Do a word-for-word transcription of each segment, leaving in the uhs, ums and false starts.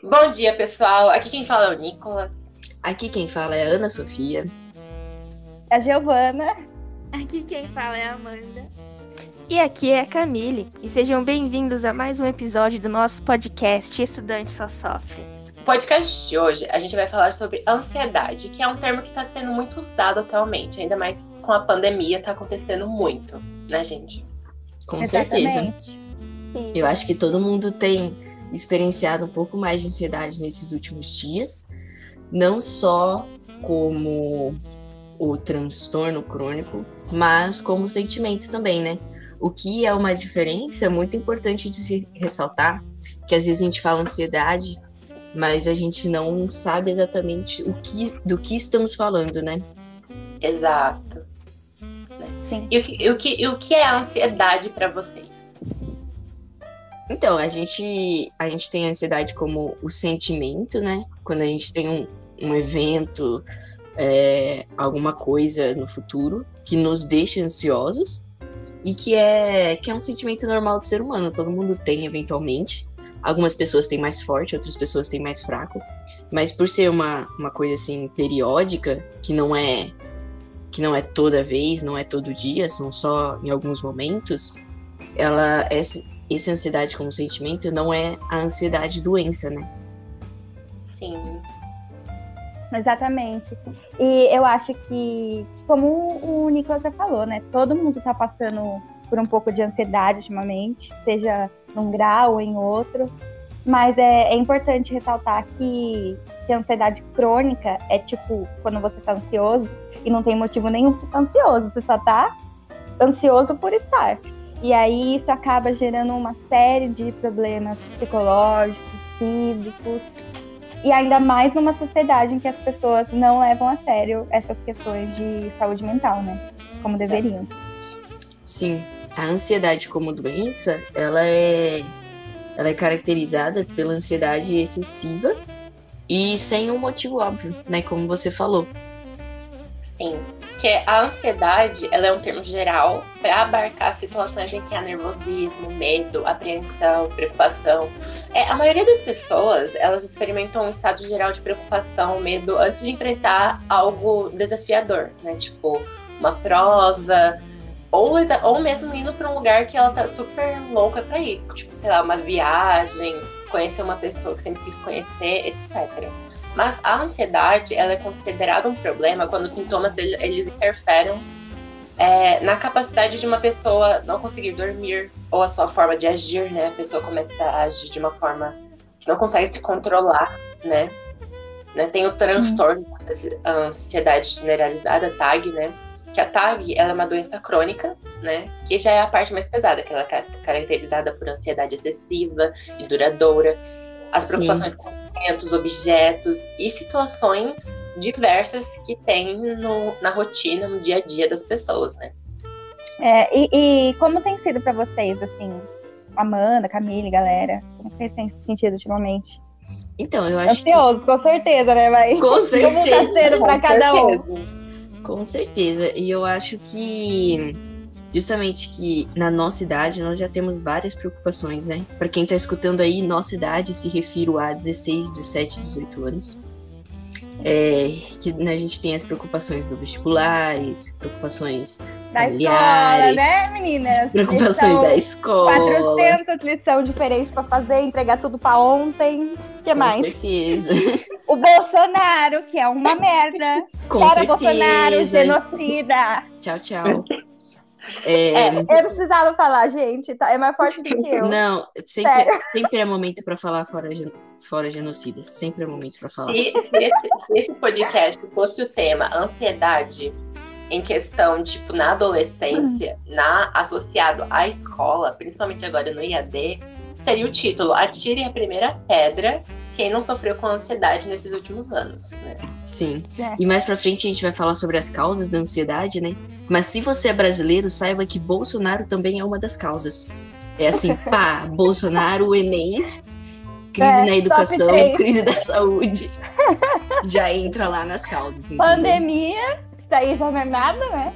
Bom dia, pessoal. Aqui quem fala é o Nicolas. Aqui quem fala é a Ana Sofia. A Giovana. Aqui quem fala é a Amanda. E aqui é a Camille. E sejam bem-vindos a mais um episódio do nosso podcast Estudante Só Sofre. No podcast de hoje, a gente vai falar sobre ansiedade, que é um termo que está sendo muito usado atualmente, ainda mais com a pandemia, está acontecendo muito, né, gente? Com Exatamente. certeza. Eu acho que todo mundo tem experienciado um pouco mais de ansiedade nesses últimos dias, não só como o transtorno crônico, mas como sentimento também, né? O que é uma diferença muito importante de se ressaltar, que às vezes a gente fala ansiedade, mas a gente não sabe exatamente o que, do que estamos falando, né? Exato. Sim. E o que, e o que, e o que é a ansiedade para vocês? Então, a gente, a gente tem a ansiedade como o sentimento, né? Quando a gente tem um, um evento, é, alguma coisa no futuro que nos deixa ansiosos e que é, que é um sentimento normal do ser humano. Todo mundo tem, eventualmente. Algumas pessoas têm mais forte, outras pessoas têm mais fraco. Mas por ser uma, uma coisa, assim, periódica, que não é, que não é toda vez, não é todo dia, são só em alguns momentos, ela... Essa, Essa ansiedade como sentimento não é a ansiedade doença, né? Sim. Exatamente. E eu acho que, como o Nicolas já falou, né? Todo mundo tá passando por um pouco de ansiedade ultimamente, seja num grau ou em outro. Mas é, é importante ressaltar que, que a ansiedade crônica é tipo quando você tá ansioso e não tem motivo nenhum pra estar ansioso, você só tá ansioso por estar. E aí isso acaba gerando uma série de problemas psicológicos, físicos, e ainda mais numa sociedade em que as pessoas não levam a sério essas questões de saúde mental, né? Como deveriam. Sim, a ansiedade como doença, ela é, ela é caracterizada pela ansiedade excessiva e sem um motivo óbvio, né? Como você falou. Sim. Que a ansiedade, ela é um termo geral para abarcar situações em que há nervosismo, medo, apreensão, preocupação. É, a maioria das pessoas, elas experimentam um estado geral de preocupação, medo, antes de enfrentar algo desafiador, né? Tipo, uma prova, ou, ou mesmo indo para um lugar que ela tá super louca para ir. Tipo, sei lá, uma viagem, conhecer uma pessoa que sempre quis conhecer, etcétera. Mas a ansiedade, ela é considerada um problema quando os sintomas, eles interferem é, na capacidade de uma pessoa não conseguir dormir, ou a sua forma de agir, né? A pessoa começa a agir de uma forma que não consegue se controlar, né? né? Tem o transtorno da ansiedade generalizada, T A G, né? Que a T A G, ela é uma doença crônica, né? Que já é a parte mais pesada, que ela é caracterizada por ansiedade excessiva e duradoura. As preocupações com objetos e situações diversas que tem no, na rotina, no dia a dia das pessoas, né? É, e, e como tem sido pra vocês, assim, Amanda, Camille, galera? Como vocês têm se sentido ultimamente? Então, eu acho Ansioso, que... com certeza, né? Mas com certeza. Como tá sendo pra cada um? Com certeza. E eu acho que justamente que na nossa idade nós já temos várias preocupações, né? Para quem tá escutando aí, nossa idade, se refiro a dezesseis, dezessete, dezoito anos. É, que né, a gente tem as preocupações do vestibulares, preocupações da familiares, escola, né, meninas? Preocupações lição, da escola. quatrocentas lições diferentes para fazer, entregar tudo para ontem. O que Com mais? Com certeza. O Bolsonaro, que é uma merda. Com Cara, certeza. Bolsonaro, genocida. Tchau, tchau. É... É, eu precisava falar, gente, tá? É mais forte do que eu. Não, sempre, sempre é momento pra falar fora, fora genocida. Sempre é momento pra falar. Se, se, esse, se esse podcast fosse o tema ansiedade em questão, tipo, na adolescência, hum. na, associado à escola, principalmente agora no I A D, seria o título: Atire a primeira pedra quem não sofreu com ansiedade nesses últimos anos, né? Sim. É. E mais pra frente a gente vai falar sobre as causas da ansiedade, né? Mas se você é brasileiro, saiba que Bolsonaro também é uma das causas. É assim, pá, Bolsonaro, o Enem, crise é, na educação, crise da saúde. Já entra lá nas causas, entendeu? Pandemia, isso aí já não é nada, né?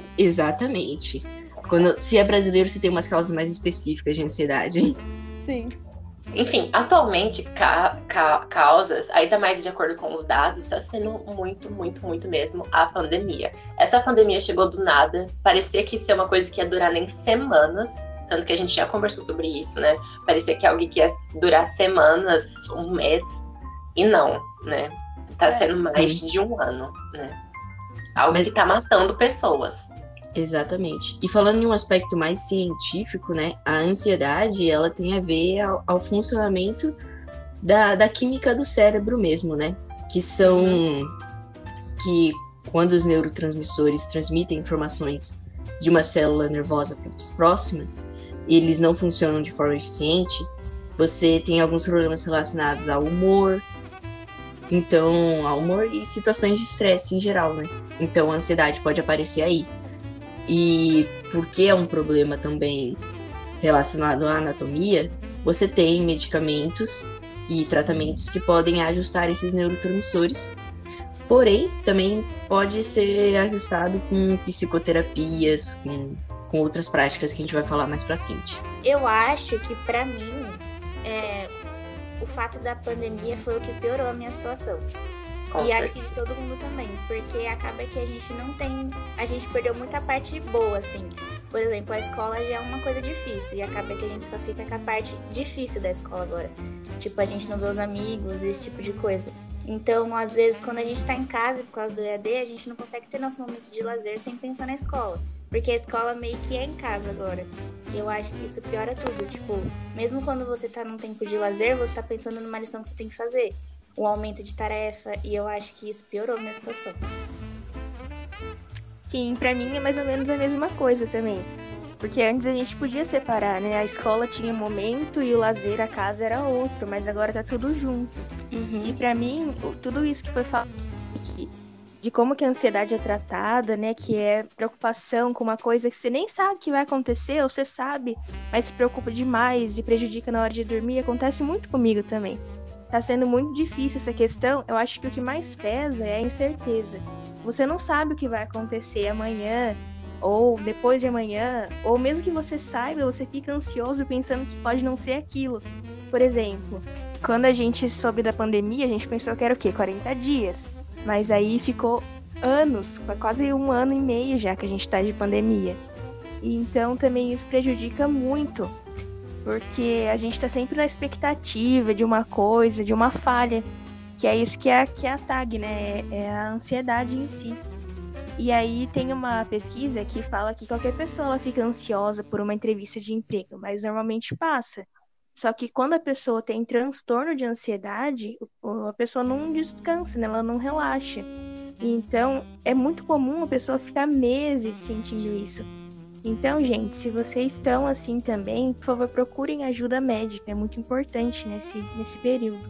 Exatamente. Quando, se é brasileiro, você tem umas causas mais específicas de ansiedade. Sim. Enfim, atualmente, ca- ca- causas, ainda mais de acordo com os dados, está sendo muito, muito, muito mesmo a pandemia. Essa pandemia chegou do nada, parecia que isso é uma coisa que ia durar nem semanas, tanto que a gente já conversou sobre isso, né? Parecia que é algo que ia durar semanas, um mês, e não, né? Tá sendo mais Sim. de um ano, né? Algo Mas- que tá matando pessoas. Exatamente. E falando em um aspecto mais científico, né? A ansiedade, ela tem a ver ao, ao funcionamento da, da química do cérebro mesmo, né? Que são... que quando os neurotransmissores transmitem informações de uma célula nervosa próxima, eles não funcionam de forma eficiente, você tem alguns problemas relacionados ao humor, então, ao humor e situações de estresse em geral, né? Então, a ansiedade pode aparecer aí. E porque é um problema também relacionado à anatomia, você tem medicamentos e tratamentos que podem ajustar esses neurotransmissores. Porém, também pode ser ajustado com psicoterapias, com, com outras práticas que a gente vai falar mais pra frente. Eu acho que, pra mim, é, o fato da pandemia foi o que piorou a minha situação. Com E acho certeza. que de todo mundo também, porque acaba que a gente não tem... A gente perdeu muita parte boa, assim. Por exemplo, a escola já é uma coisa difícil, e acaba que a gente só fica com a parte difícil da escola agora. Tipo, a gente não vê os amigos, esse tipo de coisa. Então, às vezes, quando a gente tá em casa por causa do E A D, a gente não consegue ter nosso momento de lazer sem pensar na escola. Porque a escola meio que é em casa agora. E eu acho que isso piora tudo. Tipo, mesmo quando você tá num tempo de lazer, você tá pensando numa lição que você tem que fazer. Um aumento de tarefa, e eu acho que isso piorou a minha situação. Sim, pra mim é mais ou menos a mesma coisa também. Porque antes a gente podia separar, né? A escola tinha um momento e o lazer, a casa era outro, mas agora tá tudo junto. E pra mim, o- tudo isso que foi falado aqui, de como que a ansiedade é tratada, né? Que é preocupação com uma coisa que você nem sabe que vai acontecer, ou você sabe, mas se preocupa demais e prejudica na hora de dormir, acontece muito comigo também. Tá sendo muito difícil essa questão. Eu acho que o que mais pesa é a incerteza. Você não sabe o que vai acontecer amanhã, ou depois de amanhã, ou mesmo que você saiba, você fica ansioso pensando que pode não ser aquilo. Por exemplo, quando a gente soube da pandemia, a gente pensou que era o quê? quarenta dias. Mas aí ficou anos, quase um ano e meio já que a gente tá de pandemia. E então também isso prejudica muito, porque a gente tá sempre na expectativa de uma coisa, de uma falha, que é isso que é, que é a tag, né? É, é a ansiedade em si. E aí tem uma pesquisa que fala que qualquer pessoa ela fica ansiosa por uma entrevista de emprego, mas normalmente passa. Só que quando a pessoa tem transtorno de ansiedade, o- a pessoa não descansa, né? Ela não relaxa. Então, é muito comum a pessoa ficar meses sentindo isso. Então, gente, se vocês estão assim também, por favor, procurem ajuda médica. É muito importante nesse, nesse período.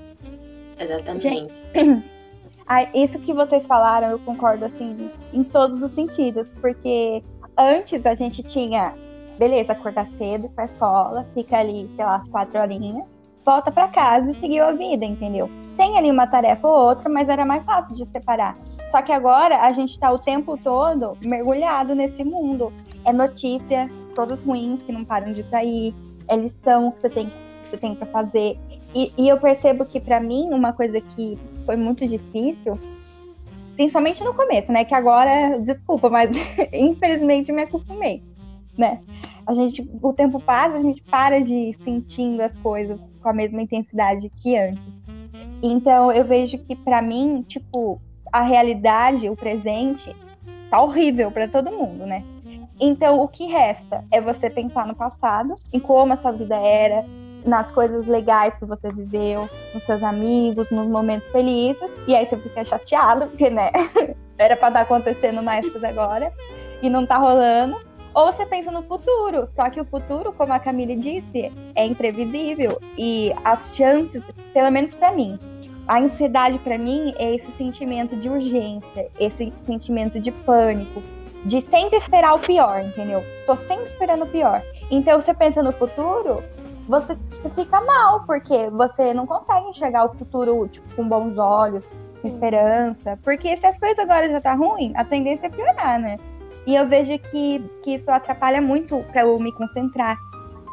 Exatamente. Ah, isso que vocês falaram, eu concordo, assim, em todos os sentidos, porque antes a gente tinha, beleza, acordar cedo pra escola, fica ali, sei lá, as quatro horinhas, volta pra casa e seguiu a vida, entendeu? Tem ali uma tarefa ou outra, mas era mais fácil de separar. Só que agora a gente tá o tempo todo mergulhado nesse mundo. É notícia, todas ruins que não param de sair, é lição que você tem, que você tem pra fazer. E, e eu percebo que, pra mim, uma coisa que foi muito difícil, principalmente no começo, né? Que agora, desculpa, mas infelizmente me acostumei, né? A gente, o tempo passa, a gente para de ir sentindo as coisas com a mesma intensidade que antes. Então, eu vejo que, pra mim, tipo, a realidade, o presente, tá horrível pra todo mundo, né? Então, o que resta é você pensar no passado, em como a sua vida era, nas coisas legais que você viveu, nos seus amigos, nos momentos felizes, e aí você fica chateado, porque, né, era pra estar acontecendo mais coisa agora, e não tá rolando. Ou você pensa no futuro, só que o futuro, como a Camille disse, é imprevisível, e as chances, pelo menos pra mim, a ansiedade pra mim é esse sentimento de urgência, esse sentimento de pânico, de sempre esperar o pior, entendeu? Tô sempre esperando o pior. Então, você pensa no futuro, você fica mal, porque você não consegue enxergar o futuro tipo, com bons olhos, com esperança. Porque se as coisas agora já tá ruim, a tendência é piorar, né? E eu vejo que, que isso atrapalha muito pra eu me concentrar.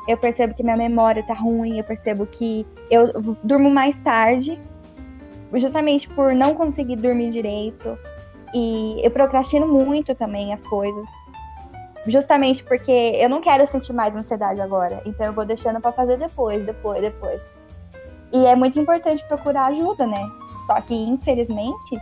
eu percebo que minha memória tá ruim, eu percebo que eu durmo mais tarde, justamente por não conseguir dormir direito. E eu procrastino muito também as coisas, justamente porque eu não quero sentir mais ansiedade agora. Então eu vou deixando pra fazer depois, depois, depois. E é muito importante procurar ajuda, né? Só que, infelizmente,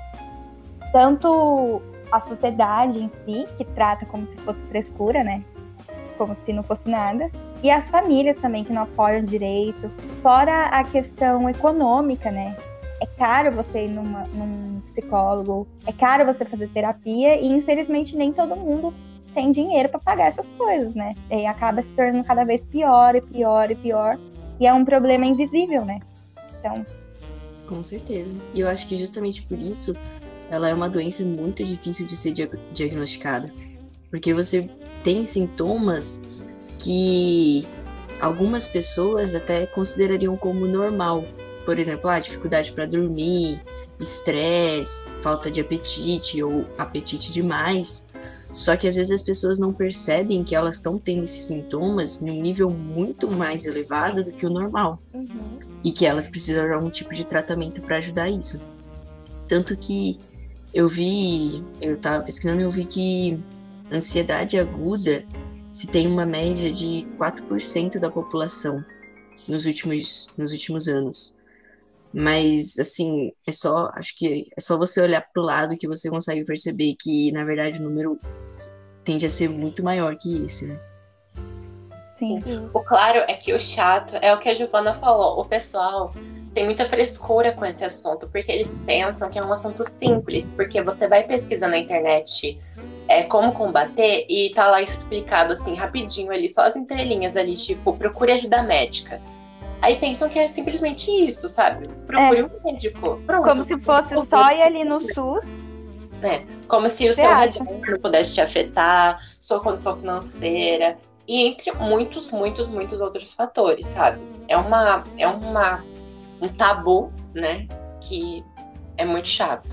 tanto a sociedade em si, que trata como se fosse frescura, né? Como se não fosse nada. E as famílias também, que não apoiam direito. Fora a questão econômica, né? É caro você ir numa, num psicólogo, é caro você fazer terapia. E, infelizmente, nem todo mundo tem dinheiro para pagar essas coisas, né? E acaba se tornando cada vez pior e pior e pior. E é um problema invisível, né? Então... Com certeza. E eu acho que justamente por isso ela é uma doença muito difícil de ser diag- diagnosticada. Porque você tem sintomas que algumas pessoas até considerariam como normal. Por exemplo, ah, dificuldade para dormir, estresse, falta de apetite ou apetite demais. Só que às vezes as pessoas não percebem que elas estão tendo esses sintomas em um nível muito mais elevado do que o normal. Uhum. E que elas precisam de algum tipo de tratamento para ajudar isso. Tanto que eu vi, eu tava pesquisando e eu vi que ansiedade aguda se tem uma média de quatro por cento da população nos últimos, nos últimos anos. Mas, assim, é só, acho que é só você olhar pro lado que você consegue perceber que, na verdade, o número tende a ser muito maior que esse, né? Sim. O claro é que o chato é o que a Giovana falou. O pessoal tem muita frescura com esse assunto, porque eles pensam que é um assunto simples, porque você vai pesquisar na internet é, como combater e tá lá explicado assim, rapidinho ali, só as entrelinhas ali, tipo, procure ajuda médica. Aí pensam que é simplesmente isso, sabe? Procure É. um médico. Pronto. Como se fosse só ir ali no SUS. É. Como se o Você seu acha? retorno pudesse te afetar, sua condição financeira, e entre muitos, muitos, muitos outros fatores, sabe? É uma, é uma, um tabu, né? Que é muito chato.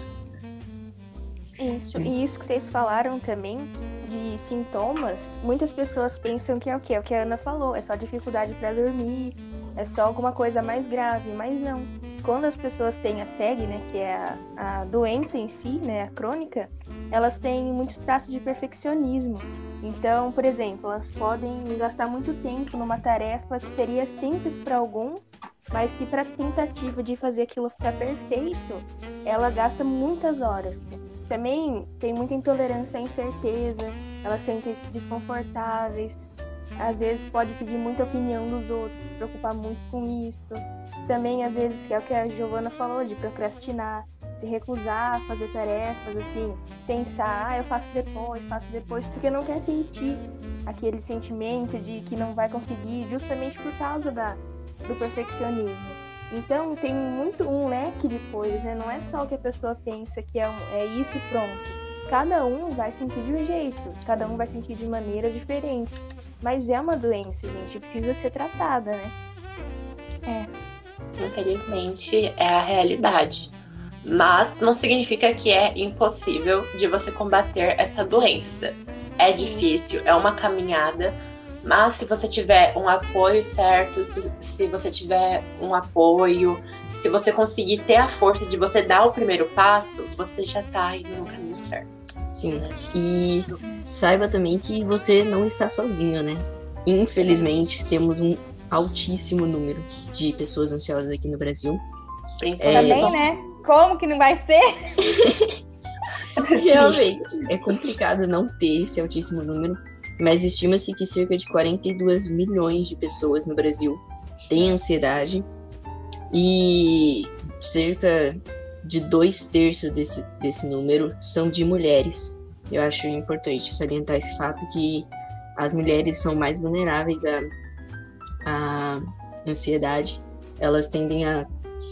Isso, Sim. e isso que vocês falaram também de sintomas, muitas pessoas pensam que é o quê? É o que a Ana falou, é só dificuldade para dormir, é só alguma coisa mais grave, mas não. Quando as pessoas têm a T E G, né, que é a, a doença em si, né, a crônica, elas têm muitos traços de perfeccionismo. Então, por exemplo, elas podem gastar muito tempo numa tarefa que seria simples para alguns, mas que para a tentativa de fazer aquilo ficar perfeito, ela gasta muitas horas. Também tem muita intolerância à incerteza, elas sentem-se desconfortáveis, às vezes pode pedir muita opinião dos outros, se preocupar muito com isso. Também, às vezes, é o que a Giovana falou, de procrastinar, se recusar a fazer tarefas, assim, pensar, ah, eu faço depois, faço depois, porque não quer sentir aquele sentimento de que não vai conseguir, justamente por causa da, do perfeccionismo. Então, tem muito um leque de coisas, né? Não é só o que a pessoa pensa que é, um, é isso e pronto. Cada um vai sentir de um jeito, cada um vai sentir de maneiras diferentes. Mas é uma doença, gente, precisa ser tratada, né? É. Infelizmente, é a realidade. Mas não significa que é impossível de você combater essa doença. É difícil, é uma caminhada, mas se você tiver um apoio certo, se, se você tiver um apoio, se você conseguir ter a força de você dar o primeiro passo, você já tá indo no caminho certo. Sim, e saiba também que você não está sozinho, né? Infelizmente, temos um altíssimo número de pessoas ansiosas aqui no Brasil. Principalmente Também, né? Como que não vai ser? Realmente, é complicado não ter esse altíssimo número, mas estima-se que cerca de quarenta e dois milhões de pessoas no Brasil têm ansiedade e cerca de dois terços desse, desse número são de mulheres. Eu acho importante salientar esse fato que as mulheres são mais vulneráveis à, à ansiedade. Elas tendem a...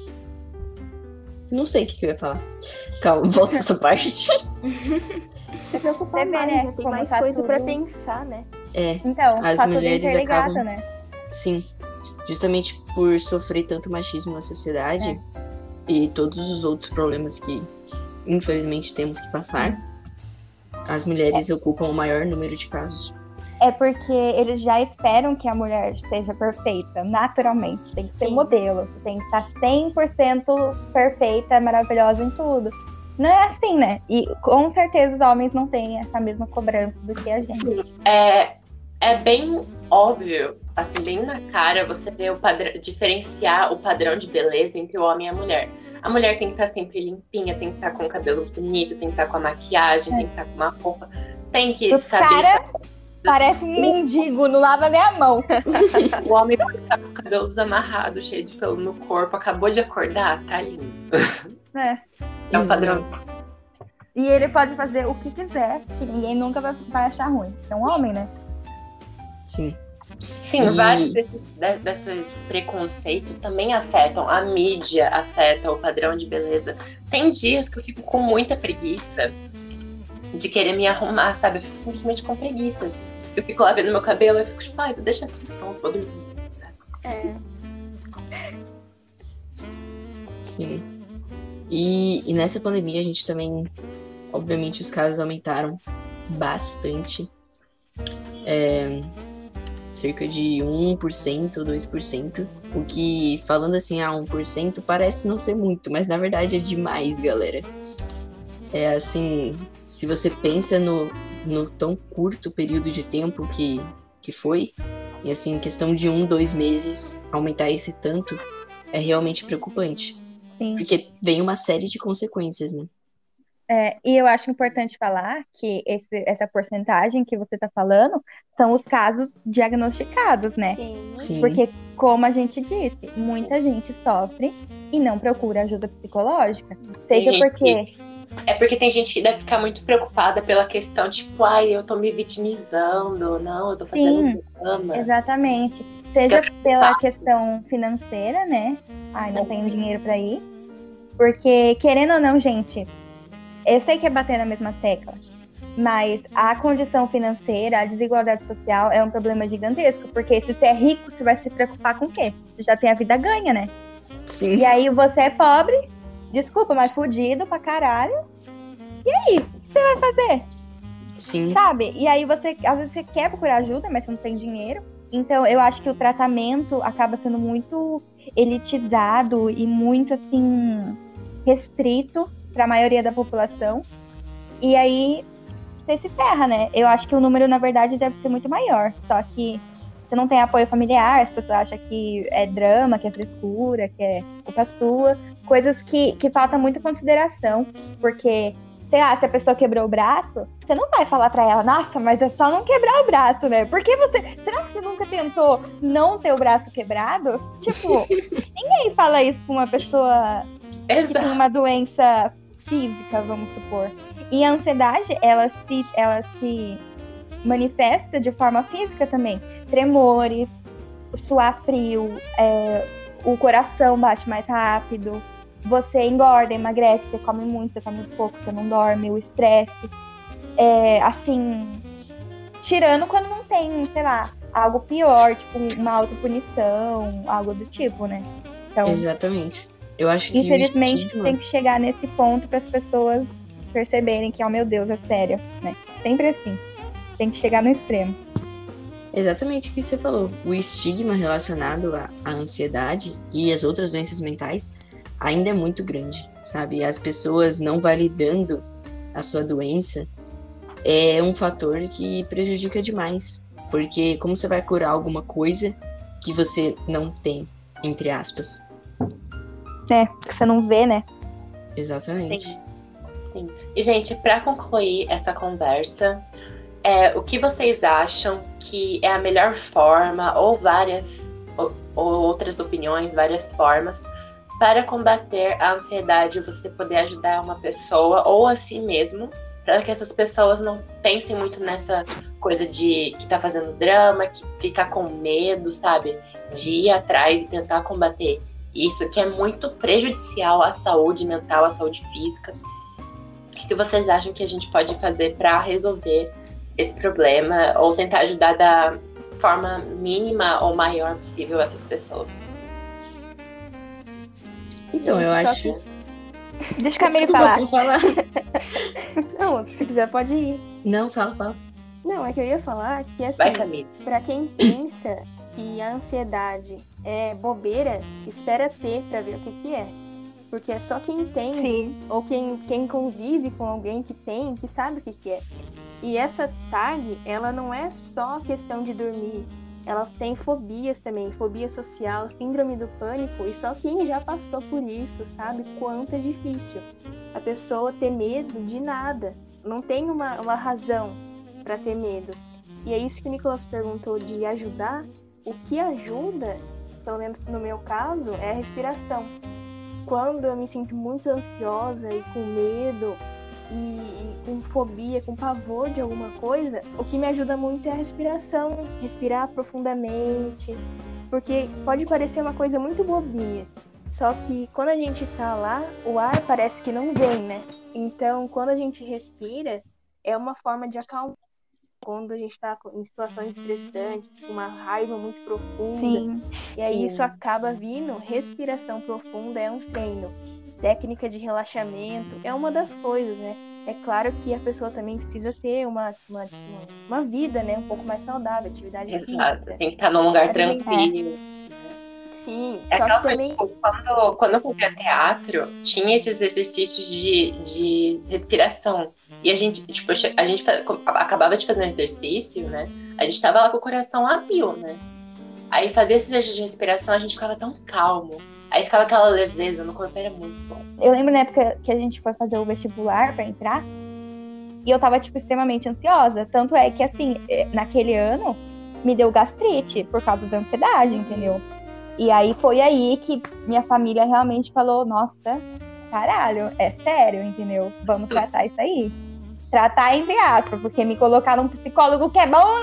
Não sei o que, que eu ia falar. Calma, volta essa parte. É preocupar Você vê, mais, né, né? Tem como mais tá coisa pra tudo- pensar, né? É, Então, As tá tudo mulheres interligado, acabam- né? sim. Justamente por sofrer tanto machismo na sociedade e todos os outros problemas que, infelizmente, temos que passar, as mulheres ocupam o maior número de casos. é porque eles já esperam que a mulher seja perfeita, naturalmente. Tem que ser Sim. modelo, tem que estar cem por cento perfeita, maravilhosa em tudo. Não é assim, né? E com certeza os homens não têm essa mesma cobrança do que a gente. Sim. É, é bem óbvio, assim, bem na cara, você vê o padrão, diferenciar o padrão de beleza entre o homem e a mulher. A mulher tem que estar sempre limpinha, tem que estar com o cabelo bonito, tem que estar com a maquiagem, é. tem que estar com uma roupa, tem que o saber... Cara... Parece um mendigo, não lava nem a mão. O homem pode estar com o cabelo desamarrado, cheio de pelo no corpo, acabou de acordar, tá lindo. É. É um padrão. E ele pode fazer o que quiser, que ninguém nunca vai, vai achar ruim. É um homem, né? Sim. Sim, e... vários desses, desses preconceitos também afetam. A mídia afeta o padrão de beleza. Tem dias que eu fico com muita preguiça de querer me arrumar, sabe? Eu fico simplesmente com preguiça. Eu fico lá vendo meu cabelo e fico tipo, ai, deixa assim, pronto, vou dormir. É. Sim. E, e nessa pandemia a gente também, obviamente, os casos aumentaram bastante. É, cerca de um por cento, dois por cento. O que, falando assim, ah, um por cento parece não ser muito, mas na verdade é demais, galera. É assim, se você pensa no, no tão curto período de tempo que, que foi, e assim, em questão de um, dois meses, aumentar esse tanto, é realmente preocupante. Sim. Porque vem uma série de consequências, né? É, e eu acho importante falar que esse, essa porcentagem que você está falando são os casos diagnosticados, né? Sim. Sim. Porque, como a gente disse, muita gente sofre e não procura ajuda psicológica. Seja Tem porque... gente... É porque tem gente que deve ficar muito preocupada pela questão, tipo, ai, eu tô me vitimizando, não, eu tô fazendo Sim, drama. Exatamente. Seja pela questão financeira, né? Ai, não tenho dinheiro pra ir. Porque, querendo ou não, gente, eu sei que é bater na mesma tecla, mas a condição financeira, a desigualdade social é um problema gigantesco. Porque se você é rico, você vai se preocupar com o quê? Você já tem a vida ganha, né? Sim. E aí você é pobre, desculpa, mas fudido pra caralho. E aí, o que você vai fazer? Sim. Sabe? E aí você, às vezes você quer procurar ajuda, mas você não tem dinheiro. Então eu acho que o tratamento acaba sendo muito elitizado e muito, assim, restrito para a maioria da população. E aí você se ferra, né? Eu acho que o número, na verdade, deve ser muito maior. Só que você não tem apoio familiar, as pessoas acham que é drama, que é frescura, que é culpa sua. Coisas que, que falta muita consideração. Porque, sei lá, se a pessoa quebrou o braço, você não vai falar pra ela, nossa, mas é só não quebrar o braço, né? Porque você... Será que você nunca tentou não ter o braço quebrado? Tipo, ninguém fala isso com uma pessoa Exato. que tem uma doença física, vamos supor. E a ansiedade, ela se, ela se manifesta de forma física também. Tremores, suar frio, é, o coração bate mais rápido, você engorda, emagrece, você come muito, você come pouco, você não dorme, o estresse. É, assim, tirando quando não tem, sei lá, algo pior, tipo uma autopunição, algo do tipo, né? Então, exatamente. Eu acho que infelizmente, o estigma... tem que chegar nesse ponto para as pessoas perceberem que, oh meu Deus, é sério, né? Sempre assim. Tem que chegar no extremo. Exatamente o que você falou. O estigma relacionado à, à ansiedade e às outras doenças mentais ainda é muito grande, sabe? E as pessoas não validando a sua doença é um fator que prejudica demais. Porque como você vai curar alguma coisa que você não tem, entre aspas? É, que você não vê, né? Exatamente. Sim. Sim. E, gente, para concluir essa conversa, é, o que vocês acham que é a melhor forma, ou várias, ou, ou outras opiniões, várias formas, para combater a ansiedade, você poder ajudar uma pessoa ou a si mesmo, para que essas pessoas não pensem muito nessa coisa de que tá fazendo drama, que fica com medo, sabe? De ir atrás e tentar combater isso, que é muito prejudicial à saúde mental, à saúde física. O que, que vocês acham que a gente pode fazer para resolver esse problema ou tentar ajudar da forma mínima ou maior possível essas pessoas? Então, eu Só acho... que- Deixa o Camille Desculpa, falar. vou falar. Não, se quiser pode ir. Não, fala, fala. Não, é que eu ia falar que, assim, Vai, Camila. pra quem pensa que a ansiedade é bobeira, espera ter pra ver o que que é. Porque é só quem tem, Sim. ou quem, quem convive com alguém que tem, que sabe o que que é. E essa tag, ela não é só questão de dormir. Ela tem fobias também, fobia social, síndrome do pânico, e só quem já passou por isso sabe quanto é difícil a pessoa ter medo de nada. Não tem uma, uma razão para ter medo. E é isso que o Nicolas perguntou de ajudar. O que ajuda, pelo menos no meu caso, é a respiração. Quando eu me sinto muito ansiosa e com medo, e, e com fobia, com pavor de alguma coisa, o que me ajuda muito é a respiração, respirar profundamente, porque pode parecer uma coisa muito bobinha, só que quando a gente tá lá, o ar parece que não vem, né? Então, quando a gente respira, é uma forma de acalmar. Quando a gente tá em situações estressantes, com uma raiva muito profunda, Sim. e aí Sim. isso acaba vindo, respiração profunda é um treino. Técnica de relaxamento é uma das coisas, né? É claro que a pessoa também precisa ter uma, uma, uma vida, né? Um pouco mais saudável, atividade Exato, física. tem que estar num lugar É. tranquilo. Sim, É só aquela que coisa, também... tipo, quando, quando eu fazia teatro, tinha esses exercícios de, de respiração. E a gente, tipo, a gente acabava de fazer um exercício, né? A gente tava lá com o coração a mil, né? Aí fazia esse exercício de respiração, a gente ficava tão calmo. Aí ficava aquela leveza no corpo, era muito bom. Eu lembro na época que a gente foi fazer o vestibular pra entrar, e eu tava, tipo, extremamente ansiosa. Tanto é que, assim, naquele ano, me deu gastrite por causa da ansiedade, entendeu? E aí foi aí que minha família realmente falou, nossa, caralho, é sério, entendeu? Vamos tratar isso aí. Tratar entre aspas, porque me colocar num psicólogo que é bom,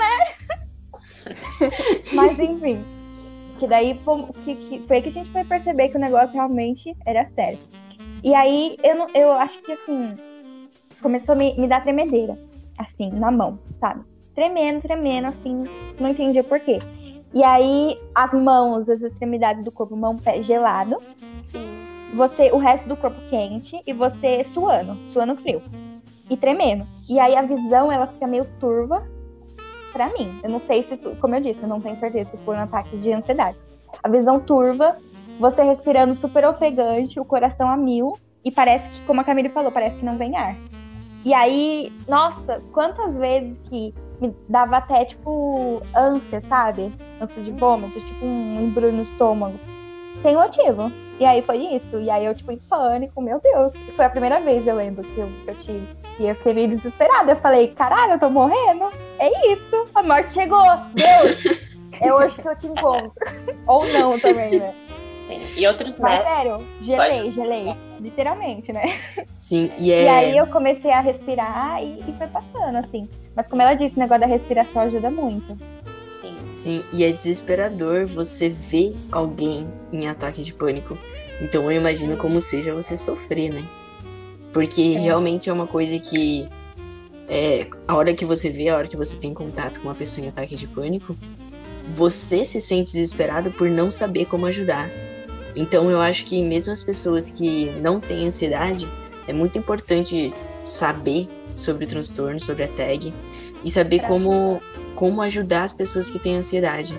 né? Mas enfim. Que daí foi que, que, foi que a gente foi perceber que o negócio realmente era sério. E aí eu, não, eu acho que assim, começou a me, me dar tremedeira, assim, na mão, sabe? Tremendo, tremendo, assim, não entendia por quê. E aí, as mãos, as extremidades do corpo, mão, pé gelado. Sim. Você, o resto do corpo quente e você suando, suando frio. E tremendo. E aí a visão, ela fica meio turva pra mim. Eu não sei se, como eu disse, eu não tenho certeza se foi um ataque de ansiedade. A visão turva, você respirando super ofegante, o coração a mil. E parece que, como a Camille falou, parece que não vem ar. E aí, nossa, quantas vezes que me dava até, tipo, ânsia, sabe? Ânsia de vômito, tipo um embrulho no estômago. Sem motivo. E aí foi isso. E aí eu, tipo, em pânico, meu Deus. Foi a primeira vez, eu lembro, que eu, que eu tive. E eu fiquei meio desesperada. Eu falei, caralho, eu tô morrendo. É isso. A morte chegou. Deus. É hoje que eu te encontro. Ou não também, né? Sim. E outros Mas métodos. sério, gelei, Pode. gelei. Literalmente, né? Sim, e é... E aí eu comecei a respirar e, e foi passando, assim. Mas como ela disse, o negócio da respiração ajuda muito. Sim. Sim, e é desesperador você ver alguém em ataque de pânico. Então eu imagino como seja você sofrer, né? Porque É. realmente é uma coisa que é, a hora que você vê, a hora que você tem contato com uma pessoa em ataque de pânico, você se sente desesperado por não saber como ajudar. Então eu acho que mesmo as pessoas que não têm ansiedade, é muito importante saber sobre o transtorno, sobre a tag, e saber como, como ajudar as pessoas que têm ansiedade.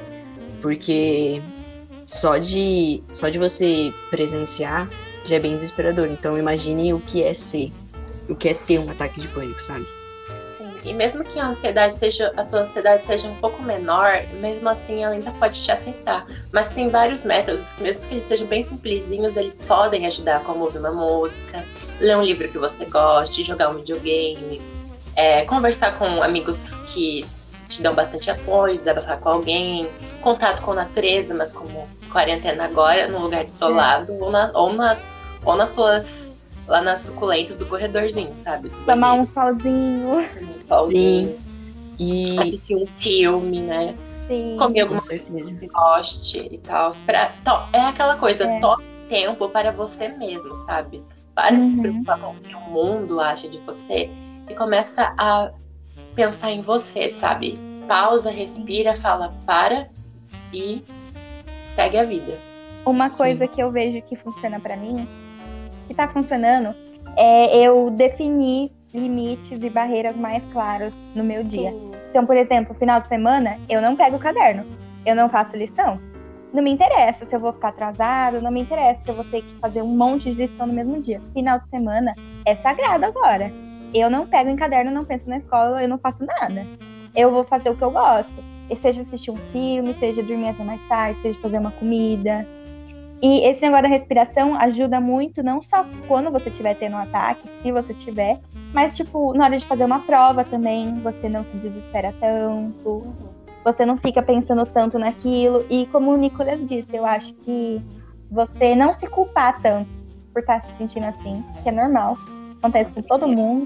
Porque só de, só de você presenciar já é bem desesperador. Então imagine o que é ser, o que é ter um ataque de pânico, sabe? Sim. E mesmo que a ansiedade seja, a sua ansiedade seja um pouco menor, mesmo assim ela ainda pode te afetar. Mas tem vários métodos que, mesmo que eles sejam bem simplesinhos, eles podem ajudar, como ouvir uma música, ler um livro que você goste, jogar um videogame, é, conversar com amigos que te dão bastante apoio, desabafar com alguém, contato com a natureza, mas como quarentena agora, num lugar desolado, é. ou, na, ou, nas, ou nas suas... lá nas suculentas do corredorzinho, sabe? Do Tomar um banheiro. solzinho. Um solzinho. Sim. E Assistir um filme, né? Sim. Comer com alguma coisa certeza. que você goste e tal. Pra... to- É aquela coisa, É. tome tempo para você mesmo, sabe? Para de se Uhum. preocupar com o que o mundo acha de você e começa a pensar em você, sabe? Pausa, respira, fala para e segue a vida. Uma Sim. coisa que eu vejo que funciona pra mim, que tá funcionando, é eu definir limites e barreiras mais claros no meu dia. Sim. Então, por exemplo, final de semana, eu não pego o caderno, eu não faço lição. Não me interessa se eu vou ficar atrasado, não me interessa se eu vou ter que fazer um monte de lição no mesmo dia. Final de semana é sagrado agora. Eu não pego em caderno, não penso na escola, eu não faço nada. Eu vou fazer o que eu gosto. E seja assistir um filme, seja dormir até mais tarde, seja fazer uma comida. E esse negócio da respiração ajuda muito, não só quando você estiver tendo um ataque, se você tiver, mas, tipo, na hora de fazer uma prova também, você não se desespera tanto, você não fica pensando tanto naquilo. E como o Nicolas disse, eu acho que você não se culpar tanto por estar se sentindo assim, que é normal, acontece com todo mundo.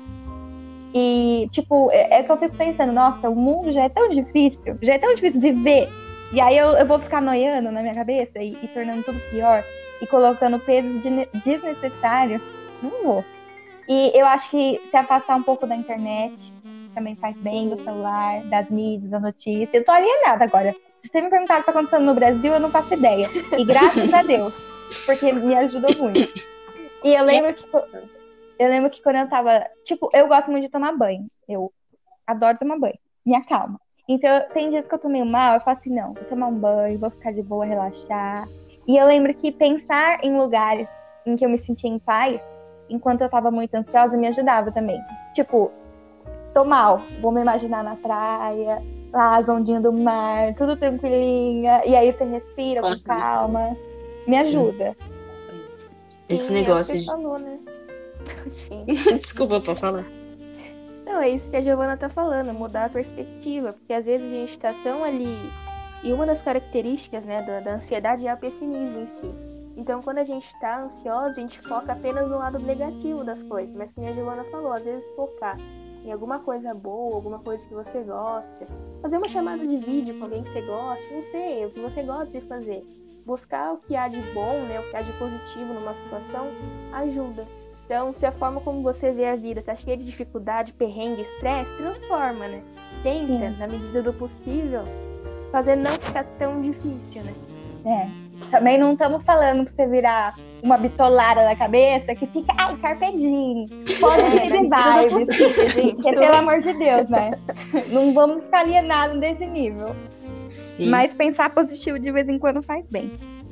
E, tipo, é, é que eu fico pensando, nossa, o mundo já é tão difícil, já é tão difícil viver. E aí eu, eu vou ficar noiando na minha cabeça e, e tornando tudo pior e colocando pesos de, desnecessários. Não vou. E eu acho que se afastar um pouco da internet também faz bem, Sim. do celular, das mídias, da notícia. Eu tô alienada agora. Se você me perguntar o que tá acontecendo no Brasil, eu não faço ideia. E graças a Deus, porque me ajudou muito. E eu lembro que eu lembro que quando eu tava... Tipo, eu gosto muito de tomar banho. Eu adoro tomar banho. Me acalma. Então, tem dias que eu tô meio mal, eu falo assim, não, vou tomar um banho, vou ficar de boa, relaxar. E eu lembro que pensar em lugares em que eu me sentia em paz, enquanto eu tava muito ansiosa, me ajudava também. Tipo, tô mal, vou me imaginar na praia, lá as ondinhas do mar, tudo tranquilinha, e aí você respira com calma. Me ajuda. Sim. Esse Sim, negócio é o que de... você falou, né? Desculpa, pra falar. Não, é isso que a Giovana tá falando, mudar a perspectiva, porque às vezes a gente tá tão ali, e uma das características, né, da, da ansiedade é o pessimismo em si. Então, quando a gente tá ansiosa, a gente foca apenas no lado negativo das coisas, mas como a Giovana falou, às vezes focar em alguma coisa boa, alguma coisa que você gosta, fazer uma chamada de vídeo com alguém que você gosta, não sei, o que você gosta de fazer, buscar o que há de bom, né, o que há de positivo numa situação, ajuda. Então, se a forma como você vê a vida tá cheia de dificuldade, perrengue, estresse, transforma, né? Tenta, Sim. na medida do possível, fazer não ficar tão difícil, né? É. Também não estamos falando pra você virar uma bitolada na cabeça que fica, ai, carpe diem. Pode ser de vibes. Gente, porque, pelo amor de Deus, né? Não vamos ficar alienados desse nível. Sim. Mas pensar positivo de vez em quando faz bem.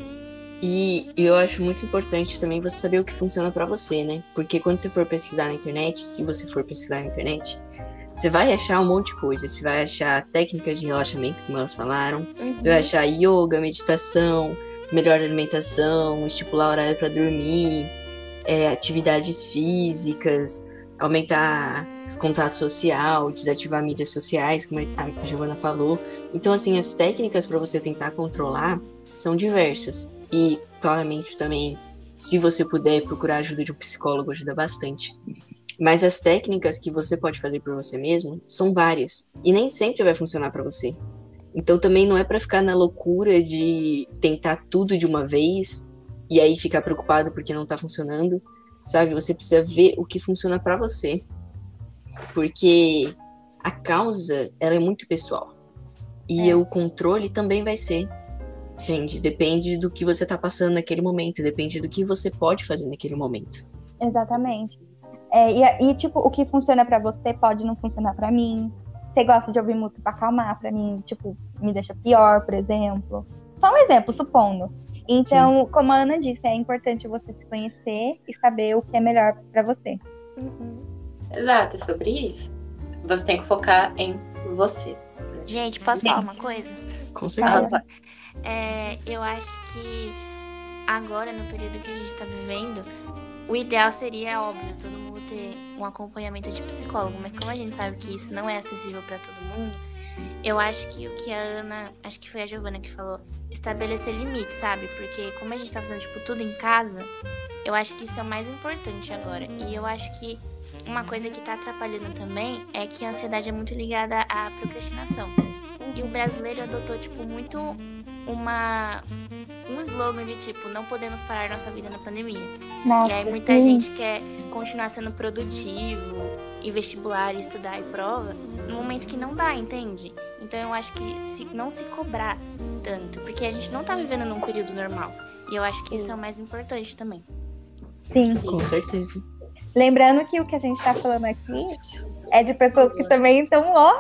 E eu acho muito importante também você saber o que funciona pra você, né? Porque quando você for pesquisar na internet, se você for pesquisar na internet, você vai achar um monte de coisa. Você vai achar técnicas de relaxamento, como elas falaram. Uhum. Você vai achar yoga, meditação, melhor alimentação, estipular horário pra dormir, é, atividades físicas, aumentar contato social, desativar mídias sociais, como a Giovana falou. Então, assim, as técnicas pra você tentar controlar são diversas. E, claramente, também, se você puder procurar ajuda de um psicólogo, ajuda bastante. Mas as técnicas que você pode fazer por você mesmo são várias. E nem sempre vai funcionar para você. Então, também não é para ficar na loucura de tentar tudo de uma vez e aí ficar preocupado porque não tá funcionando, sabe? Você precisa ver o que funciona para você. Porque a causa, ela é muito pessoal. E é. o controle também vai ser. Entende? Depende do que você tá passando naquele momento, depende do que você pode fazer naquele momento. Exatamente. É, e, e, tipo, o que funciona pra você pode não funcionar pra mim. Você gosta de ouvir música pra acalmar, pra mim, tipo, me deixa pior, por exemplo. Só um exemplo, supondo. Então, Sim. como a Ana disse, é importante você se conhecer e saber o que é melhor pra você. Uhum. Exato, é sobre isso. Você tem que focar em você. Gente, posso Gente. falar uma coisa? Com certeza. É, eu acho que agora, no período que a gente tá vivendo, o ideal seria, óbvio, todo mundo ter um acompanhamento de psicólogo, mas como a gente sabe que isso não é acessível pra todo mundo, eu acho que o que a Ana, acho que foi a Giovana que falou, estabelecer limites, sabe? Porque como a gente tá fazendo, tipo, tudo em casa, eu acho que isso é o mais importante agora. E eu acho que uma coisa que tá atrapalhando também é que a ansiedade é muito ligada à procrastinação. E o brasileiro adotou, tipo, muito uma... um slogan de, tipo, não podemos parar nossa vida na pandemia. Nossa, e aí muita sim. gente quer continuar sendo produtivo, e vestibular, e estudar e prova, no momento que não dá, entende? Então eu acho que se, não se cobrar tanto, porque a gente não tá vivendo num período normal. E eu acho que isso é o mais importante também. Sim, sim. Com certeza. Lembrando que o que a gente tá falando aqui é de pessoas que também estão, ó,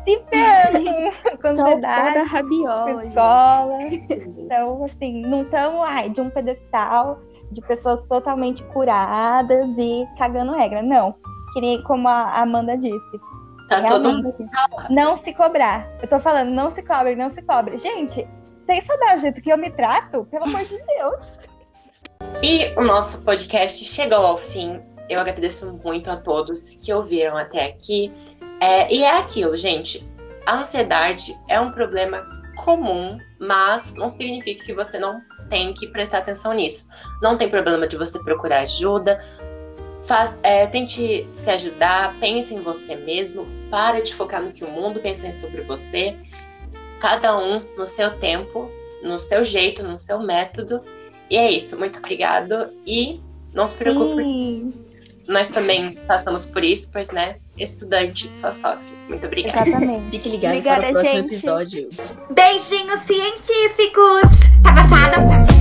se ferrando com ansiedade, da rabiola, escola. Então, assim, não estamos ai, de um pedestal de pessoas totalmente curadas e cagando regra. Não. Que nem como a Amanda disse. Tá todo mundo. Não se cobrar. Eu tô falando, não se cobre, não se cobre. Gente, sem saber o jeito que eu me trato, pelo amor de Deus. E o nosso podcast chegou ao fim. Eu agradeço muito a todos que ouviram até aqui. É, e é aquilo, gente. A ansiedade é um problema comum, mas não significa que você não tem que prestar atenção nisso. Não tem problema de você procurar ajuda. Faz, é, tente se ajudar, pense em você mesmo. Para de focar no que o mundo pensa sobre você. Cada um no seu tempo, no seu jeito, no seu método. E é isso. Muito obrigado. E não se preocupe. Sim. Nós também passamos por isso, pois, né, estudante só sofre. Muito obrigada. Exatamente. Fique ligado Obrigada, para o próximo gente. episódio. Beijinhos científicos! Tá passada?